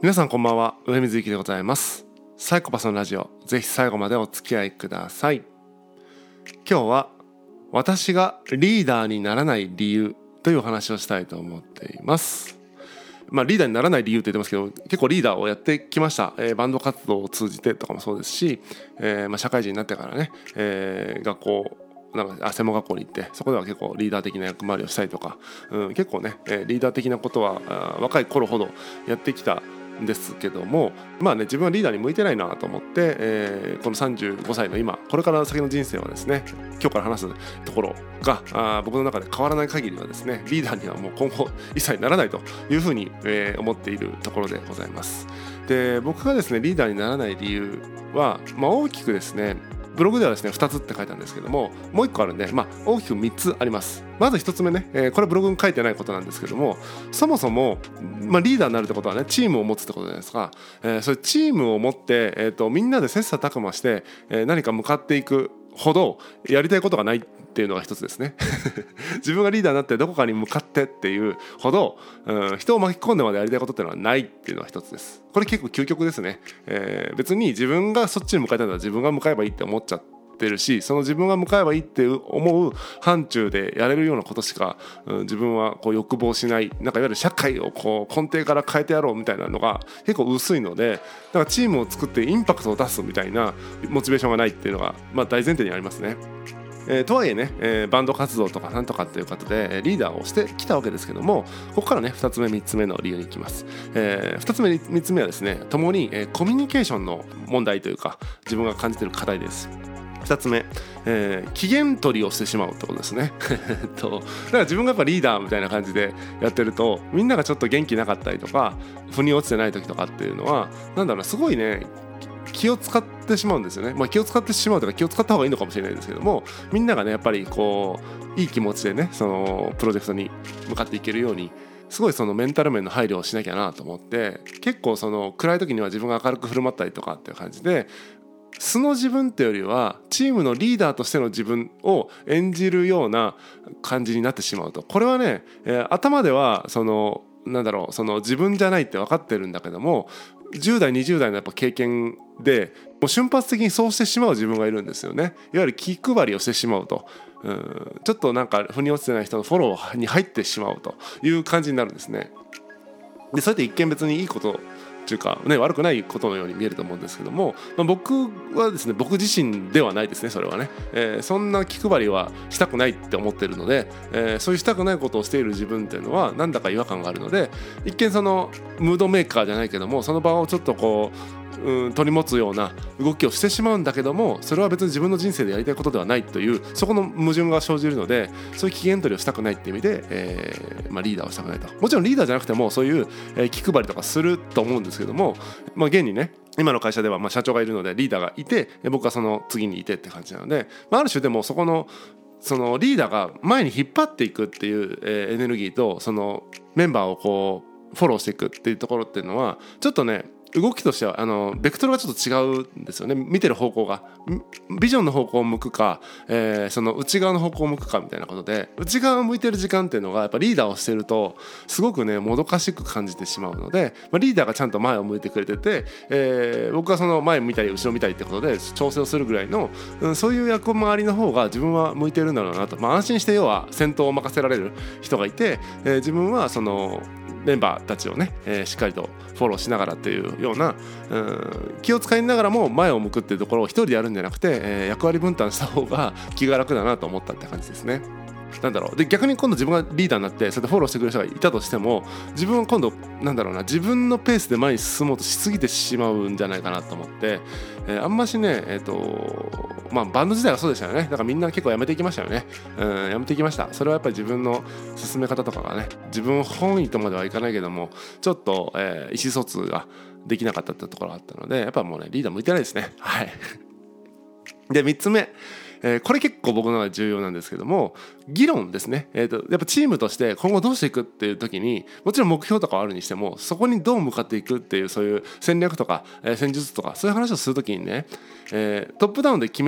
皆さんこんばんは、上水幸でございます。サイコパスのラジオ、ぜひ最後までお付き合いください。今日は私がリーダーにならない理由というお話をしたいと思っています。リーダーにならない理由って言ってますけど、結構リーダーをやってきました。バンド活動を通じてとかもそうですし、社会人になってからね、学校専門学校に行って、そこでは結構リーダー的な役回りをしたりとか、結構ね、リーダー的なことは若い頃ほどやってきたんですけども、自分はリーダーに向いてないなと思って、この35歳の今、これから先の人生はですね、今日から話すところが僕の中で変わらない限りはですね、リーダーにはもう今後一切ならないというふうに、思っているところでございます。で、僕がですねリーダーにならない理由は、大きくですね、ブログではですね2つって書いたんですけども、もう1個あるんで、大きく3つあります。まず1つ目ね、これはブログに書いてないことなんですけども、そもそも、リーダーになるってことはね、チームを持つってことじゃないですか。それチームを持って、みんなで切磋琢磨して、何か向かっていくほどやりたいことがないっていうのが一つですね自分がリーダーになってどこかに向かってっていうほど、人を巻き込んでまでやりたいことっていうのはないっていうのが一つです。これ結構究極ですね。別に自分がそっちに向かいたいなら自分が向かえばいいって思っちゃってるし、その自分が向かえばいいって思う範疇でやれるようなことしか、自分はこう欲望しない、いわゆる社会をこう根底から変えてやろうみたいなのが結構薄いので、だからチームを作ってインパクトを出すみたいなモチベーションがないっていうのが、大前提にありますね。とはいえね、バンド活動とかなんとかっていうことでリーダーをしてきたわけですけども、ここからね2つ目3つ目の理由に行きます。2つ目3つ目はですね、ともに、コミュニケーションの問題というか、自分が感じている課題です。2つ目、機嫌取りをしてしまうってことですねだから自分がやっぱリーダーみたいな感じでやってると、みんながちょっと元気なかったりとか腑に落ちてない時とかっていうのは、すごいね気を使ってしまうんですよね。気を使ってしまうというか、気を使った方がいいのかもしれないですけども、みんながねやっぱりこういい気持ちでね、そのプロジェクトに向かっていけるように、すごいそのメンタル面の配慮をしなきゃなと思って、結構その暗い時には自分が明るく振る舞ったりとかっていう感じで、素の自分っていうよりはチームのリーダーとしての自分を演じるような感じになってしまうと、これはね、頭ではその自分じゃないって分かってるんだけども、10代20代のやっぱ経験でもう瞬発的にそうしてしまう自分がいるんですよね。いわゆる気配りをしてしまうと、ちょっと腑に落ちてない人のフォローに入ってしまうという感じになるんですね。でそれって一見別にいいことというか、悪くないことのように見えると思うんですけども、僕はですね、僕自身ではないですね、それはね、そんな気配りはしたくないって思ってるので、そういうしたくないことをしている自分っていうのはなんだか違和感があるので、一見そのムードメーカーじゃないけども、その場をちょっとこう取り持つような動きをしてしまうんだけども、それは別に自分の人生でやりたいことではないという、そこの矛盾が生じるので、そういう機嫌取りをしたくないっていう意味で、リーダーをしたくないと。もちろんリーダーじゃなくてもそういう、気配りとかすると思うんですけども、現にね今の会社では社長がいるのでリーダーがいて、僕はその次にいてって感じなので、ある種でもそのリーダーが前に引っ張っていくっていう、エネルギーと、そのメンバーをこうフォローしていくっていうところっていうのは、ちょっとね動きとしてはベクトルがちょっと違うんですよね。見てる方向がビジョンの方向を向くか、その内側の方向を向くかみたいなことで、内側を向いてる時間っていうのがやっぱリーダーをしてるとすごくねもどかしく感じてしまうので、リーダーがちゃんと前を向いてくれてて、僕はその前見たり後ろ見たりってことで調整をするぐらいの、そういう役回りの方が自分は向いてるんだろうなと。安心して要は先頭を任せられる人がいて、自分はそのメンバーたちをね、しっかりとフォローしながらというような、気を使いながらも前を向くっていうところを一人でやるんじゃなくて、役割分担した方が気が楽だなと思ったって感じですね。で逆に今度自分がリーダーになってそうやってフォローしてくれる人がいたとしても、自分は今度自分のペースで前に進もうとしすぎてしまうんじゃないかなと思って、あんましねバンド時代はそうでしたよね。だからみんな結構やめていきましたよね。やめていきました。それはやっぱり自分の進め方とかがね、自分本意とまではいかないけども、ちょっと、意思疎通ができなかったってところがあったので、やっぱもうねリーダー向いてないですね。はいで3つ目、これ結構僕の中で重要なんですけども、議論ですね。やっぱチームとして今後どうしていくっていう時に、もちろん目標とかはあるにしても、そこにどう向かっていくっていう、そういう戦略とか、戦術とかそういう話をする時にね、トップダウンで決めて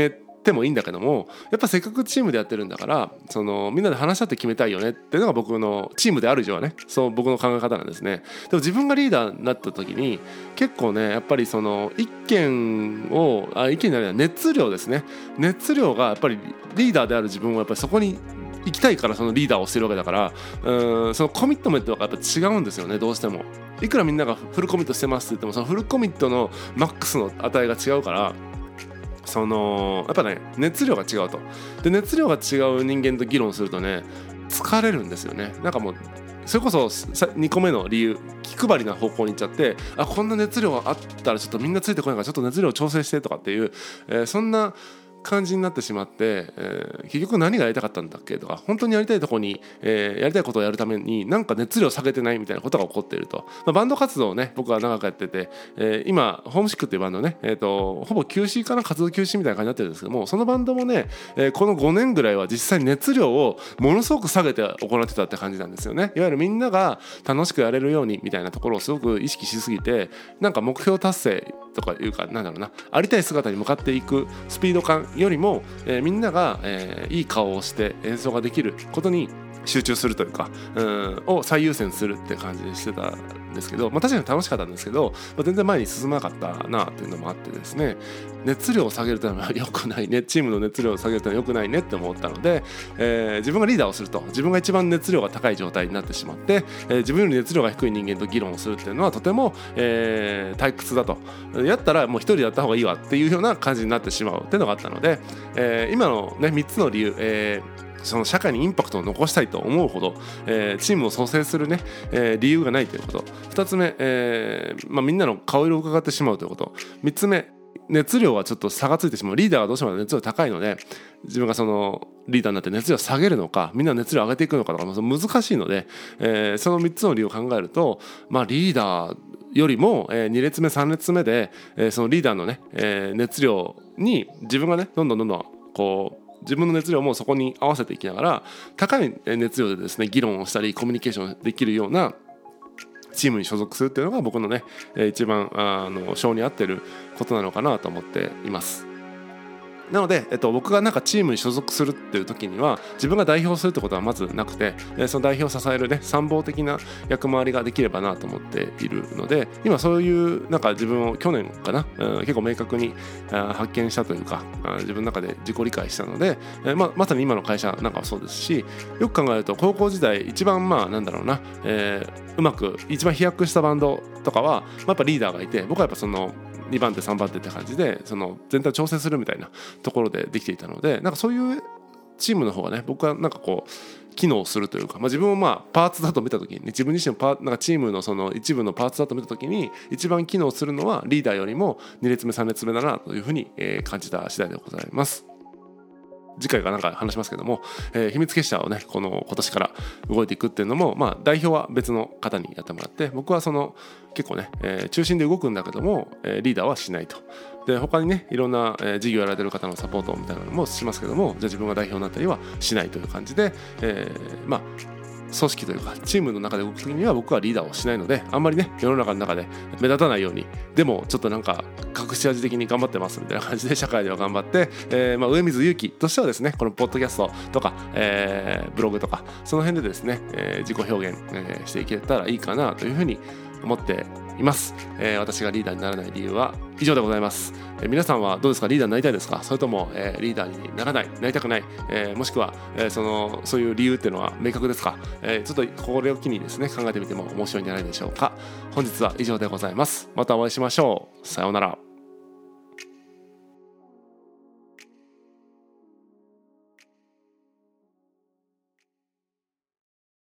てもいいんだけども、やっぱせっかくチームでやってるんだからみんなで話し合って決めたいよねっていうのが僕のチームである以上はね、そう僕の考え方なんですね。でも自分がリーダーになった時に結構ねやっぱり意見になる熱量ですね。熱量がやっぱりリーダーである自分はやっぱりそこに行きたいからそのリーダーをしてるわけだから、そのコミットメントがやっぱ違うんですよね。どうしてもいくらみんながフルコミットしてますって言ってもそのフルコミットのマックスの値が違うから、やっぱね熱量が違うと。で熱量が違う人間と議論するとね疲れるんですよね。なんかもうそれこそ2個目の理由、気配りな方向に行っちゃって、こんな熱量があったらちょっとみんなついてこないからちょっと熱量を調整してとかっていう、そんな感じになってしまって、結局何がやりたかったんだっけとか、本当にやりたいところに、やりたいことをやるためになんか熱量下げてないみたいなことが起こっていると。バンド活動をね僕は長くやってて、今ホームシックっていうバンドね、ほぼ休止かな、活動休止みたいな感じになってるんですけども、そのバンドもね、この5年ぐらいは実際に熱量をものすごく下げて行ってたって感じなんですよね。いわゆるみんなが楽しくやれるようにみたいなところをすごく意識しすぎて、なんか目標達成とかいうか、なんだろうな、ありたい姿に向かっていくスピード感よりも、みんなが、いい顔をして演奏ができることに集中するというか、を最優先するって感じでしてたんですけど、確かに楽しかったんですけど、全然前に進まなかったなっていうのもあってですね、熱量を下げるというのは良くないね、チームの熱量を下げるというのは良くないねって思ったので、自分がリーダーをすると自分が一番熱量が高い状態になってしまって、自分より熱量が低い人間と議論をするっていうのはとても、退屈だと。やったらもう一人でやった方がいいわっていうような感じになってしまうっていうのがあったので、今のね3つの理由、その社会にインパクトを残したいと思うほど、チームを蘇生するね、理由がないということ。2つ目、みんなの顔色を伺ってしまうということ。3つ目、熱量はちょっと差がついてしまう。リーダーがどうしても熱量高いので、自分がそのリーダーになって熱量を下げるのか、みんな熱量を上げていくのかとか難しいので、その3つの理由を考えると、リーダーよりも、2列目3列目で、そのリーダーのね、熱量に自分がねどんどんこう自分の熱量もそこに合わせていきながら、高い熱量でですね議論をしたりコミュニケーションできるようなチームに所属するっていうのが僕のね一番性に合ってることなのかなと思っています。なので、僕がなんかチームに所属するっていう時には自分が代表するってことはまずなくて、その代表を支えるね参謀的な役回りができればなと思っているので、今そういうなんか自分を去年かな、結構明確に発見したというか、自分の中で自己理解したので、まさに今の会社なんかはそうですし、よく考えると高校時代一番なんだろうな、うまく一番飛躍したバンドとかは、やっぱリーダーがいて、僕はやっぱその2番手3番手って感じでその全体を調整するみたいなところでできていたので、なんかそういうチームの方がね僕はなんかこう機能するというか、自分をパーツだと見た時に、ね、自分自身のなんかチームのその一部のパーツだと見た時に一番機能するのはリーダーよりも2列目3列目だなというふうに感じた次第でございます。次回かなんか話しますけども、秘密結社をね今年から動いていくっていうのも、代表は別の方にやってもらって、僕はその結構ね、中心で動くんだけども、リーダーはしないと。で他にねいろんな、事業やられてる方のサポートみたいなのもしますけども、じゃあ自分が代表になったりはしないという感じで、組織というかチームの中で動く時には僕はリーダーをしないので、あんまりね世の中の中で目立たないように、でもちょっとなんか隠し味的に頑張ってますみたいな感じで社会では頑張って、上水祐樹としてはですねこのポッドキャストとか、ブログとかその辺でですね、自己表現、していけたらいいかなというふうに思っています。私がリーダーにならない理由は以上でございます。皆さんはどうですか？リーダーになりたいですか？それとも、リーダーになりたくない、もしくは、そういう理由っていうのは明確ですか？ちょっとこれを機にですね考えてみても面白いんじゃないでしょうか。本日は以上でございます。またお会いしましょう。さようなら。